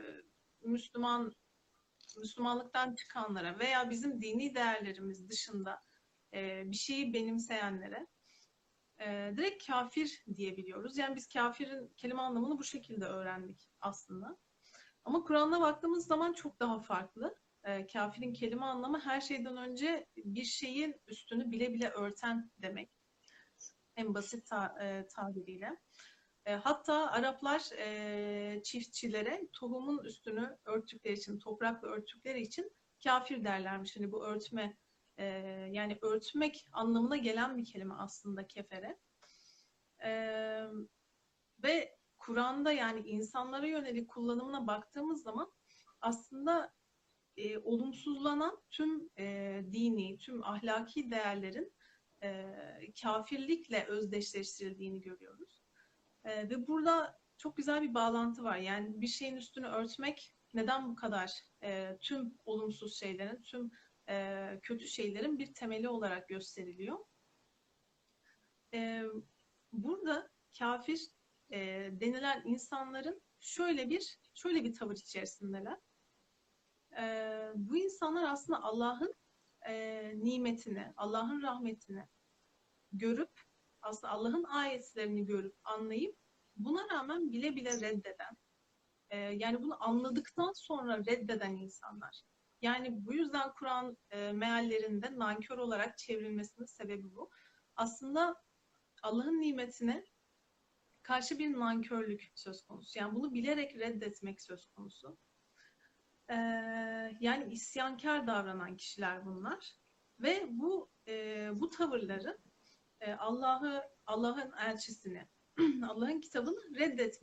Müslümanlıktan çıkanlara veya bizim dini değerlerimiz dışında bir şeyi benimseyenlere direkt kafir diyebiliyoruz. Yani biz kafirin kelime anlamını bu şekilde öğrendik aslında. Ama Kur'an'a baktığımız zaman çok daha farklı. Kafirin kelime anlamı her şeyden önce bir şeyin üstünü bile bile örten demek. En basit tabiriyle. Hatta Araplar çiftçilere tohumun üstünü örttükleri için, toprakla örttükleri için kafir derlermiş. Hani bu örtme, e, yani örtmek anlamına gelen bir kelime aslında kefere. E, Ve Kur'an'da yani insanlara yönelik kullanımına baktığımız zaman aslında olumsuzlanan tüm dini, tüm ahlaki değerlerin kafirlikle özdeşleştirildiğini görüyoruz. Ve burada çok güzel bir bağlantı var. Yani bir şeyin üstünü örtmek neden bu kadar tüm olumsuz şeylerin, tüm kötü şeylerin bir temeli olarak gösteriliyor? E, Burada kafir denilen insanların şöyle bir tavır içerisindeler. Bu insanlar aslında Allah'ın nimetini, Allah'ın rahmetini görüp aslında Allah'ın ayetlerini görüp anlayıp buna rağmen bile bile reddeden, yani bunu anladıktan sonra reddeden insanlar. Yani bu yüzden Kur'an meallerinde nankör olarak çevrilmesinin sebebi bu. Aslında Allah'ın nimetine karşı bir nankörlük söz konusu. Yani bunu bilerek reddetmek söz konusu. Ee, Yani isyankar davranan kişiler bunlar. Ve bu tavırları Allah'ın elçisini, Allah'ın kitabını reddetmeye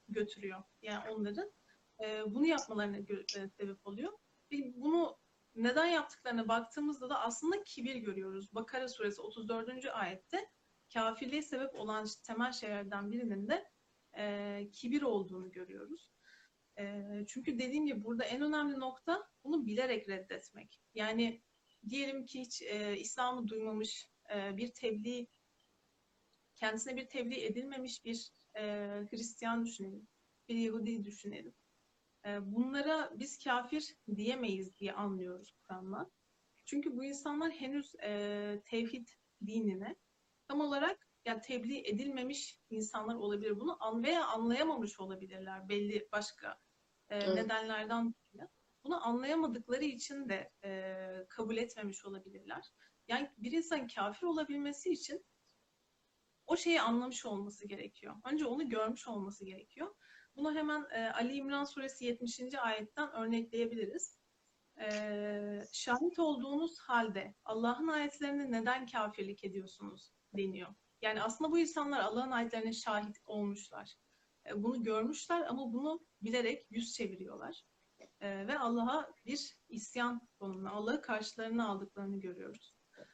götürüyor. Yani onların bunu yapmalarına sebep oluyor. Ve bunu neden yaptıklarına baktığımızda da aslında kibir görüyoruz. Bakara suresi 34. ayette kafirliğe sebep olan temel şeylerden birinin de kibir olduğunu görüyoruz. Çünkü dediğim gibi burada en önemli nokta bunu bilerek reddetmek. Yani diyelim ki hiç İslam'ı duymamış bir tebliğ, kendisine bir tebliğ edilmemiş bir Hristiyan düşünelim, bir Yahudi düşünelim. Bunlara biz kafir diyemeyiz diye anlıyoruz Kur'an'la. Çünkü bu insanlar henüz tevhid dinine tam olarak yani tebliğ edilmemiş insanlar olabilir. Bunu veya anlayamamış olabilirler belli başka Evet. nedenlerden dolayı. Bunu anlayamadıkları için de kabul etmemiş olabilirler. Yani bir insan kafir olabilmesi için o şeyi anlamış olması gerekiyor. Önce onu görmüş olması gerekiyor. Bunu hemen Ali İmran suresi 70. ayetten örnekleyebiliriz. Şahit olduğunuz halde Allah'ın ayetlerine neden kafirlik ediyorsunuz deniyor. Yani aslında bu insanlar Allah'ın ayetlerine şahit olmuşlar. Bunu görmüşler ama bunu bilerek yüz çeviriyorlar. Ve Allah'a bir isyan konumuna, Allah'ı karşılarına aldıklarını görüyoruz.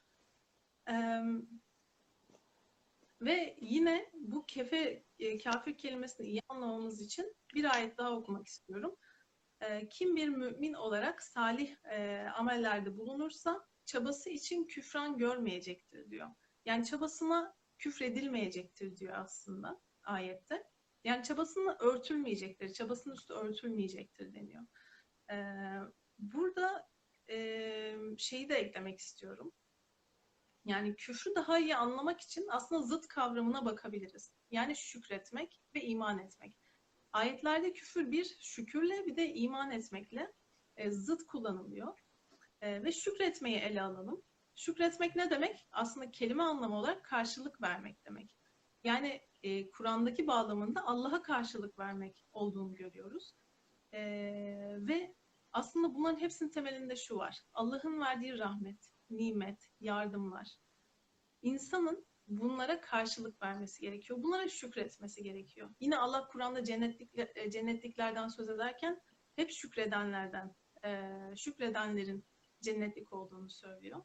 Ve yine bu kafir kelimesini iyi anlamamız için bir ayet daha okumak istiyorum. Kim bir mümin olarak salih amellerde bulunursa çabası için küfran görmeyecektir diyor. Yani çabasına küfredilmeyecektir diyor aslında ayette. Yani çabasını örtülmeyecektir, çabasının üstü örtülmeyecektir deniyor. Burada şeyi de eklemek istiyorum. Yani küfrü daha iyi anlamak için aslında zıt kavramına bakabiliriz. Yani şükretmek ve iman etmek. Ayetlerde küfür bir şükürle bir de iman etmekle zıt kullanılıyor. Ve şükretmeyi ele alalım. Şükretmek ne demek? Aslında kelime anlamı olarak karşılık vermek demek. Yani Kur'an'daki bağlamında Allah'a karşılık vermek olduğunu görüyoruz. Ve aslında bunların hepsinin temelinde şu var. Allah'ın verdiği rahmet, nimet, yardımlar. İnsanın bunlara karşılık vermesi gerekiyor. Bunlara şükretmesi gerekiyor. Yine Allah Kur'an'da cennetliklerden söz ederken hep şükredenlerden, şükredenlerin cennetlik olduğunu söylüyor.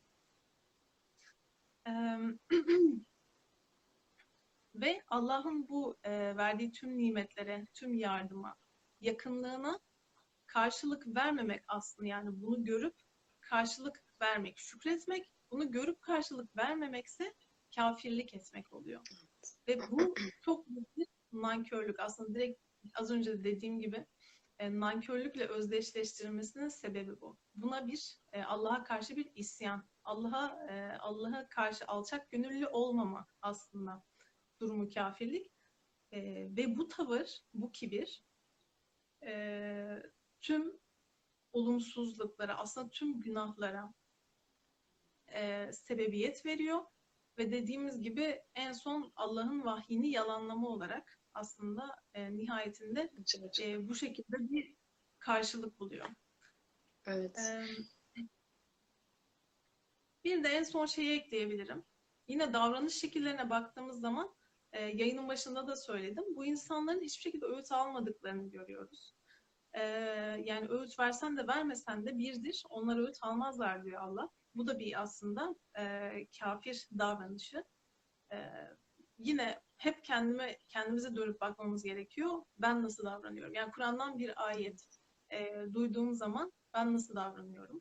Ve Allah'ın bu verdiği tüm nimetlere, tüm yardıma, yakınlığına karşılık vermemek aslında, yani bunu görüp karşılık vermek, şükretmek, bunu görüp karşılık vermemekse kafirlik etmek oluyor. Ve bu çok büyük bir nankörlük. Aslında direkt az önce de dediğim gibi nankörlükle özdeşleştirilmesinin sebebi bu. Buna bir Allah'a karşı bir isyan, Allah'a karşı alçak gönüllü olmama aslında durumu kafirlik. Ve bu tavır, bu kibir tüm olumsuzluklara, aslında tüm günahlara sebebiyet veriyor ve dediğimiz gibi en son Allah'ın vahyini yalanlama olarak aslında nihayetinde bu şekilde bir karşılık buluyor. Evet. Bir de en son şeyi ekleyebilirim. Yine davranış şekillerine baktığımız zaman yayının başında da söyledim. Bu insanların hiçbir şekilde öğüt almadıklarını görüyoruz. Yani öğüt versen de vermesen de birdir. Onlar öğüt almazlar diyor Allah. Bu da bir aslında kafir davranışı. Yine hep kendimize dönüp bakmamız gerekiyor. Ben nasıl davranıyorum? Yani Kur'an'dan bir ayet duyduğum zaman ben nasıl davranıyorum?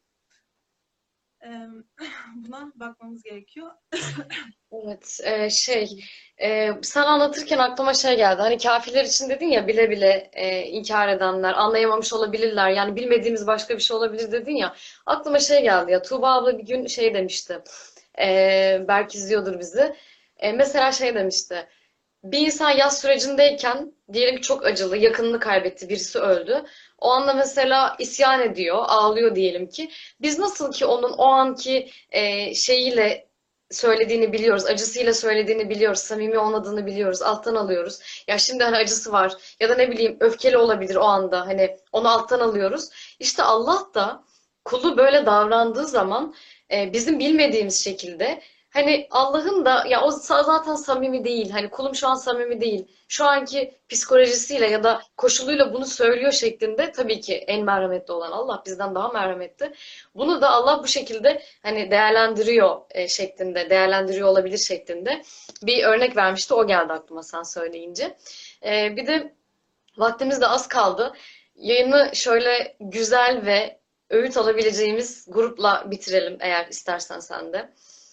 Buna bakmamız gerekiyor. Evet, sen anlatırken aklıma şey geldi. Hani kafirler için dedin ya, bile bile inkar edenler, anlayamamış olabilirler. Yani bilmediğimiz başka bir şey olabilir dedin ya. Aklıma şey geldi ya. Tuğba abla bir gün şey demişti. Belki izliyordur bizi. Mesela şey demişti. Bir insan yaz sürecindeyken diyelim ki çok acılı, yakınını kaybetti, birisi öldü. O anda mesela isyan ediyor, ağlıyor diyelim ki. Biz nasıl ki onun o anki şeyiyle söylediğini biliyoruz, acısıyla söylediğini biliyoruz, samimi olmadığını biliyoruz, alttan alıyoruz. Ya şimdi hani acısı var ya da ne bileyim öfkeli olabilir o anda, hani onu alttan alıyoruz. İşte Allah da kulu böyle davrandığı zaman bizim bilmediğimiz şekilde hani Allah'ın da ya o zaten samimi değil. Hani kulum şu an samimi değil. Şu anki psikolojisiyle ya da koşuluyla bunu söylüyor şeklinde tabii ki en merhametli olan Allah bizden daha merhametli. Bunu da Allah bu şekilde hani değerlendiriyor şeklinde, değerlendiriyor olabilir şeklinde bir örnek vermişti. O geldi aklıma sen söyleyince. Bir de vaktimiz de az kaldı. Yayını şöyle güzel ve öğüt alabileceğimiz grupla bitirelim eğer istersen sen de.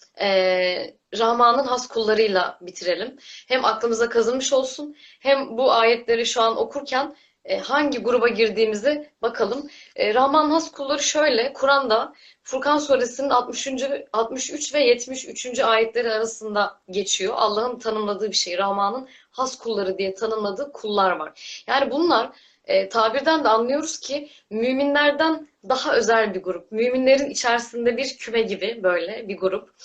Rahman'ın has kullarıyla bitirelim. Hem aklımıza kazınmış olsun, hem bu ayetleri şu an okurken hangi gruba girdiğimizi bakalım. Rahman'ın has kulları şöyle, Kur'an'da Furkan suresinin 60. 63 ve 73. ayetleri arasında geçiyor. Allah'ın tanımladığı bir şey. Rahman'ın has kulları diye tanımladığı kullar var. Yani bunlar tabirden de anlıyoruz ki müminlerden daha özel bir grup. Müminlerin içerisinde bir küme gibi böyle bir grup.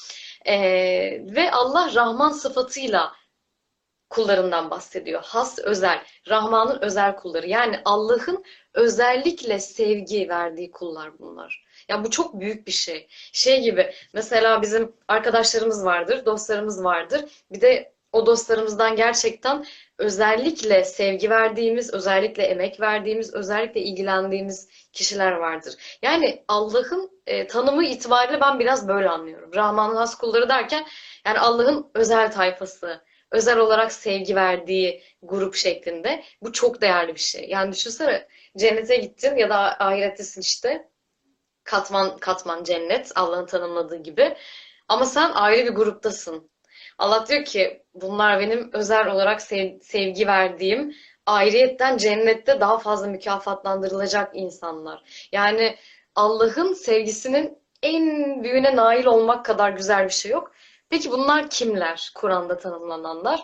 Ve Allah Rahman sıfatıyla kullarından bahsediyor. Has, özel. Rahman'ın özel kulları. Yani Allah'ın özellikle sevgi verdiği kullar bunlar. Ya bu çok büyük bir şey. Şey gibi mesela bizim arkadaşlarımız vardır, dostlarımız vardır. Bir de o dostlarımızdan gerçekten özellikle sevgi verdiğimiz, özellikle emek verdiğimiz, özellikle ilgilendiğimiz kişiler vardır. Yani Allah'ın tanımı itibariyle ben biraz böyle anlıyorum. Rahman'ın has kulları derken yani Allah'ın özel tayfası, özel olarak sevgi verdiği grup şeklinde. Bu çok değerli bir şey. Yani düşünsene cennete gittin ya da ahirettesin işte. Katman katman cennet Allah'ın tanımladığı gibi. Ama sen ayrı bir gruptasın. Allah diyor ki bunlar benim özel olarak sevgi verdiğim, ayrıyetten cennette daha fazla mükafatlandırılacak insanlar. Yani Allah'ın sevgisinin en büyüğüne nail olmak kadar güzel bir şey yok. Peki bunlar kimler? Kur'an'da tanımlananlar.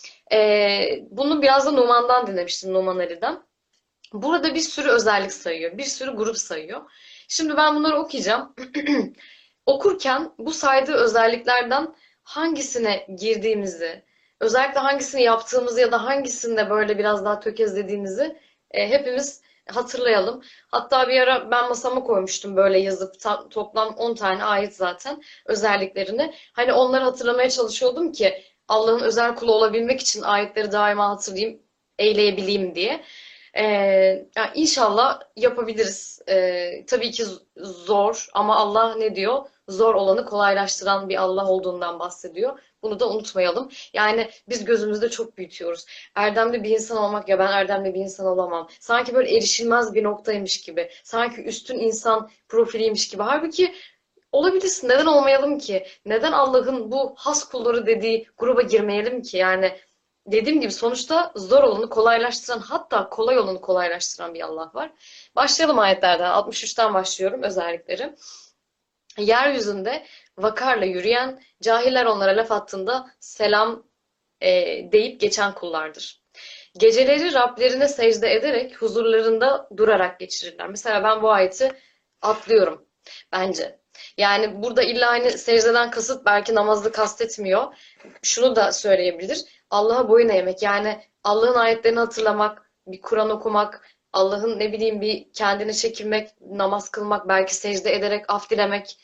Bunu biraz da Numan'dan dinlemiştim, Numan Ali'den. Burada bir sürü özellik sayıyor, bir sürü grup sayıyor. Şimdi ben bunları okuyacağım. Okurken bu saydığı özelliklerden hangisine girdiğimizi, özellikle hangisini yaptığımızı ya da hangisinde böyle biraz daha tökezlediğimizi hepimiz hatırlayalım. Hatta bir ara ben masama koymuştum böyle yazıp toplam 10 tane ayet zaten özelliklerini. Hani onları hatırlamaya çalışıyordum ki Allah'ın özel kulu olabilmek için ayetleri daima hatırlayayım, eyleyebileyim diye. Yani inşallah yapabiliriz. Tabii ki zor ama Allah ne diyor? Zor olanı kolaylaştıran bir Allah olduğundan bahsediyor. Bunu da unutmayalım. Yani biz gözümüzde çok büyütüyoruz. Erdemli bir insan olmak ya ben erdemli bir insan olamam. Sanki böyle erişilmez bir noktaymış gibi. Sanki üstün insan profiliymiş gibi. Halbuki olabilirsin. Neden olmayalım ki? Neden Allah'ın bu has kulları dediği gruba girmeyelim ki? Yani dediğim gibi sonuçta zor olanı kolaylaştıran, hatta kolay olanı kolaylaştıran bir Allah var. Başlayalım ayetlerden. 63'ten başlıyorum özellikleri. Yeryüzünde vakarla yürüyen, cahiller onlara laf attığında selam deyip geçen kullardır. Geceleri Rablerine secde ederek huzurlarında durarak geçirirler. Mesela ben bu ayeti atlıyorum bence. Yani burada illa hani secdeden kasıt belki namazı kastetmiyor. Şunu da söyleyebilir. Allah'a boyun eğmek. Yani Allah'ın ayetlerini hatırlamak, bir Kur'an okumak, Allah'ın ne bileyim bir kendini çekilmek, namaz kılmak, belki secde ederek af dilemek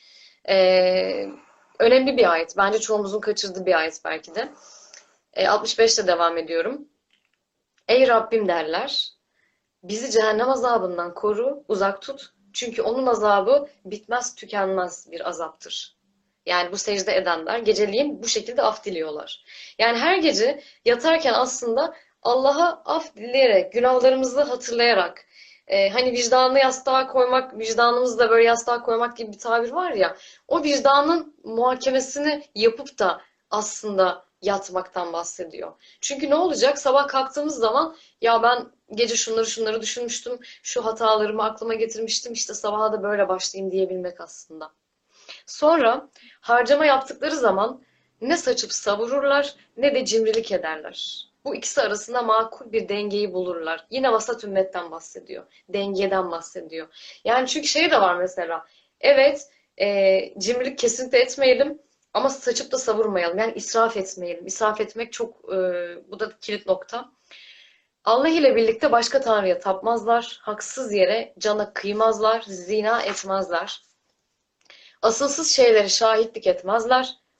önemli bir ayet. Bence çoğumuzun kaçırdığı bir ayet belki de. 65'te devam ediyorum. Ey Rabbim derler, bizi cehennem azabından koru, uzak tut. Çünkü onun azabı bitmez tükenmez bir azaptır. Yani bu secde edenler geceliğin bu şekilde af diliyorlar. Yani her gece yatarken aslında Allah'a af dileyerek, günahlarımızı hatırlayarak, hani vicdanı yastığa koymak, vicdanımızı da böyle yastığa koymak gibi bir tabir var ya, o vicdanın muhakemesini yapıp da aslında yatmaktan bahsediyor. Çünkü ne olacak? Sabah kalktığımız zaman ya ben gece şunları şunları düşünmüştüm, şu hatalarımı aklıma getirmiştim, işte sabaha da böyle başlayayım diyebilmek aslında. Sonra harcama yaptıkları zaman ne saçıp savururlar ne de cimrilik ederler. Bu ikisi arasında makul bir dengeyi bulurlar. Yine vasat ümmetten bahsediyor. Dengeden bahsediyor. Yani çünkü şey de var mesela. Evet, cimrilik kesinlikle etmeyelim ama saçıp da savurmayalım. Yani israf etmeyelim. İsraf etmek çok, bu da kilit nokta. Allah ile birlikte başka tanrıya tapmazlar. Haksız yere cana kıymazlar. Zina etmezler. Asılsız şeylere şahitlik etmezler.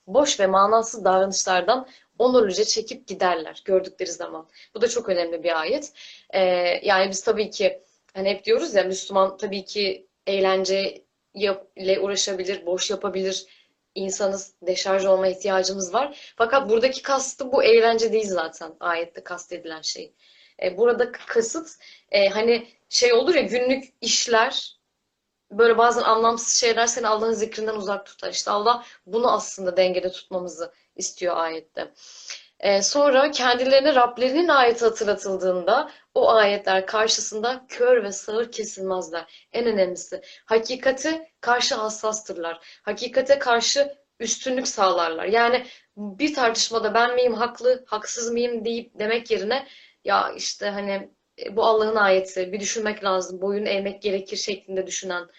boş ve manasız davranışlardan onurluca çekip giderler gördükleri zaman. Bu da çok önemli bir ayet. Ee, Yani biz tabii ki hani hep diyoruz ya, Müslüman tabii ki eğlence ile uğraşabilir, boş yapabilir. İnsanız, deşarj olma ihtiyacımız var. Fakat buradaki kastı bu eğlence değil zaten ayette kastedilen şey. Burada kasıt hani şey olur ya, günlük işler, böyle bazen anlamsız şeyler seni Allah'ın zikrinden uzak tutar. İşte Allah bunu aslında dengede tutmamızı istiyor ayette. Sonra kendilerine Rablerinin ayeti hatırlatıldığında o ayetler karşısında kör ve sağır kesilmezler. En önemlisi hakikate karşı hassastırlar. Hakikate karşı üstünlük sağlarlar. Yani bir tartışmada ben miyim haklı, haksız mıyım deyip demek yerine ya işte hani bu Allah'ın ayeti, bir düşünmek lazım, boyun eğmek gerekir şeklinde düşünen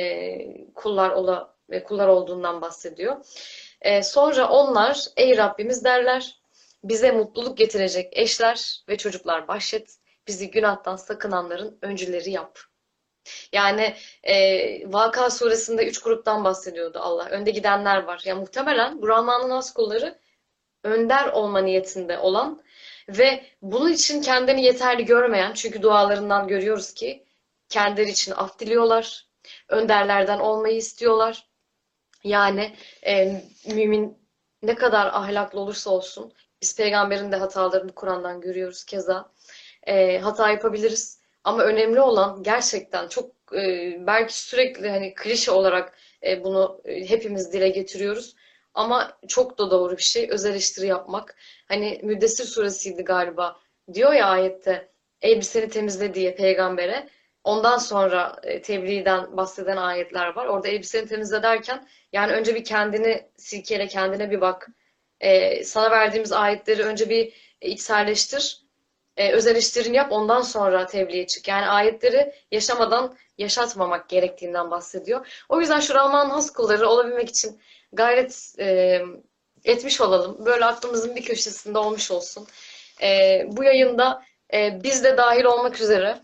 kullar olduğundan bahsediyor. Sonra onlar ey Rabbimiz derler, bize mutluluk getirecek eşler ve çocuklar bahşet, bizi günahtan sakınanların öncüleri yap. Yani Vaka suresinde 3 gruptan bahsediyordu Allah. Önde gidenler var. Yani muhtemelen bu Rahman'ın has kulları önder olma niyetinde olan ve bunun için kendini yeterli görmeyen, çünkü dualarından görüyoruz ki kendileri için af diliyorlar, önderlerden olmayı istiyorlar. Yani mümin ne kadar ahlaklı olursa olsun, biz peygamberin de hatalarını Kur'an'dan görüyoruz keza. Hata yapabiliriz. Ama önemli olan gerçekten çok belki sürekli hani klişe olarak bunu hepimiz dile getiriyoruz. Ama çok da doğru bir şey. Öz eleştiri yapmak. Hani Müddessir suresiydi galiba. Diyor ya ayette, elbiseni temizle diye peygambere. Ondan sonra tebliğden bahseden ayetler var. Orada elbiseni temizle derken yani önce bir kendini silkele, kendine bir bak. Sana verdiğimiz ayetleri önce bir içselleştir. Öz eleştirini yap, ondan sonra tebliğe çık. Yani ayetleri yaşamadan yaşatmamak gerektiğinden bahsediyor. O yüzden şu Rahman'ın has kulları olabilmek için gayret etmiş olalım. Böyle aklımızın bir köşesinde olmuş olsun. Bu yayında biz de dahil olmak üzere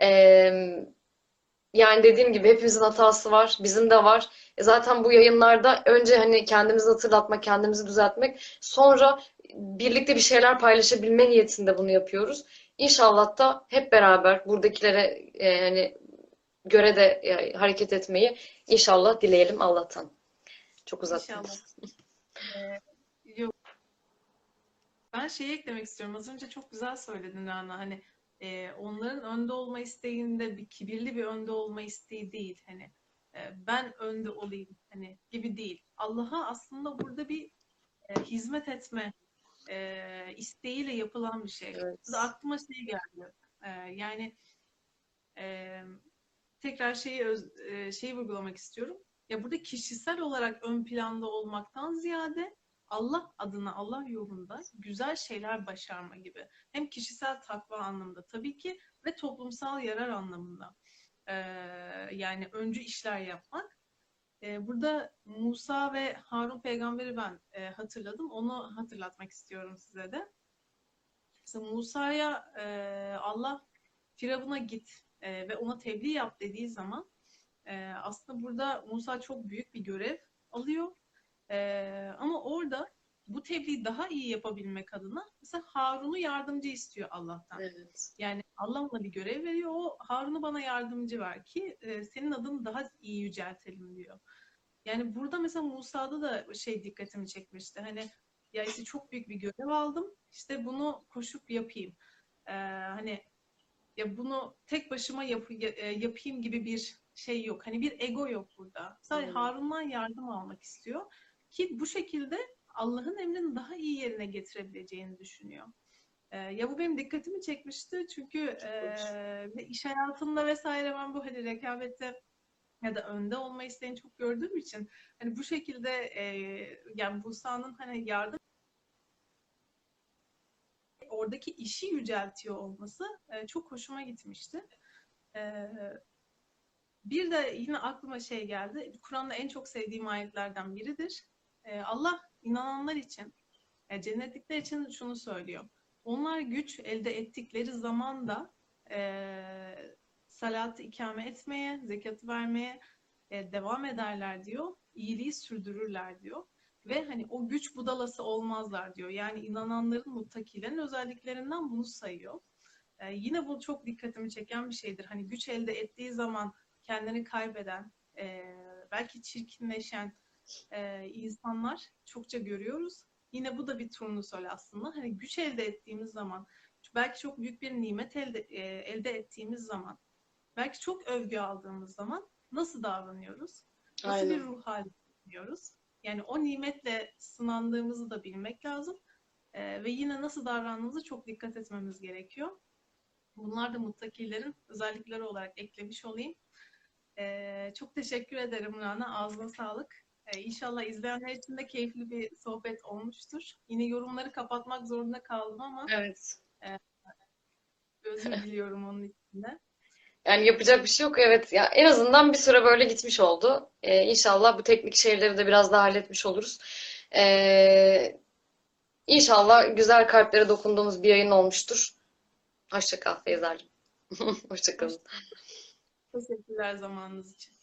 yani dediğim gibi hepimizin hatası var, bizim de var. Zaten bu yayınlarda önce hani kendimizi hatırlatmak, kendimizi düzeltmek, sonra birlikte bir şeyler paylaşabilme niyetinde bunu yapıyoruz. İnşallah da hep beraber buradakilere hani göre de hareket etmeyi inşallah dileyelim Allah'tan. Çok uzattım. İnşallah. Ee, Yok, ben şeyi eklemek istiyorum. Az önce çok güzel söyledin Rana. Hani onların önde olma isteğinde bir kibirli bir önde olma isteği değil. Hani ben önde olayım hani gibi değil. Allah'a aslında burada bir hizmet etme isteğiyle yapılan bir şey. Burada Evet. aklıma şey geldi. Yani e, tekrar şeyi vurgulamak istiyorum. Ya burada kişisel olarak ön planda olmaktan ziyade Allah adına, Allah yolunda güzel şeyler başarma gibi. Hem kişisel takva anlamında tabii ki ve toplumsal yarar anlamında. Ee, Yani öncü işler yapmak. Burada Musa ve Harun peygamberi ben hatırladım. Onu hatırlatmak istiyorum size de. Mesela Musa'ya Allah Firavun'a git ve ona tebliğ yap dediği zaman aslında burada Musa çok büyük bir görev alıyor. Ama orada bu tebliği daha iyi yapabilmek adına mesela Harun'u yardımcı istiyor Allah'tan. Evet. Yani Allah ona bir görev veriyor. O Harun'u bana yardımcı ver ki senin adını daha iyi yüceltelim diyor. Yani burada mesela Musa'da da şey dikkatimi çekmişti. Hani ya işte çok büyük bir görev aldım. İşte bunu koşup yapayım. Hani ya bunu tek başıma yapayım gibi bir şey yok. Hani bir ego yok burada. Sadece Hmm. Harun'dan yardım almak istiyor ki bu şekilde Allah'ın emrini daha iyi yerine getirebileceğini düşünüyor. Ya bu benim dikkatimi çekmişti çünkü Hoş. iş hayatında vesaire ben bu hani rekabette ya da önde olma isteğini çok gördüğüm için hani bu şekilde yani Musa'nın hani yardım oradaki işi yüceltiyor olması çok hoşuma gitmişti. E, Bir de yine aklıma şey geldi. Kur'an'da en çok sevdiğim ayetlerden biridir. Allah inananlar için, cennetlikler için şunu söylüyor. Onlar güç elde ettikleri zaman da salatı ikame etmeye, zekatı vermeye devam ederler diyor. İyiliği sürdürürler diyor. ve hani o güç budalası olmazlar diyor. Yani inananların, muttakilerin özelliklerinden bunu sayıyor. Yine bu çok dikkatimi çeken bir şeydir. Hani güç elde ettiği zaman kendini kaybeden, belki çirkinleşen insanlar çokça görüyoruz. Yine bu da bir turnusol aslında. Hani güç elde ettiğimiz zaman, belki çok büyük bir nimet elde ettiğimiz zaman, belki çok övgü aldığımız zaman nasıl davranıyoruz? Nasıl bir Aynen. ruh hali yapıyoruz? Yani o nimetle sınandığımızı da bilmek lazım. Ve yine nasıl davrandığımızı çok dikkat etmemiz gerekiyor. Bunlar da muttakilerin özellikleri olarak eklemiş olayım. Çok teşekkür ederim Rana. Ağzına sağlık. İnşallah izleyenler için de keyifli bir sohbet olmuştur. Yine yorumları kapatmak zorunda kaldım ama Evet. e, özür diliyorum onun için de. Yani yapacak bir şey yok. Evet. Ya en azından bir süre böyle gitmiş oldu. İnşallah bu teknik şeyleri de biraz daha halletmiş oluruz. İnşallah güzel kalplere dokunduğumuz bir yayın olmuştur. Hoşça kal Feyza'cığım. Hoşça Hoş, kalın. teşekkürler zamanınız için.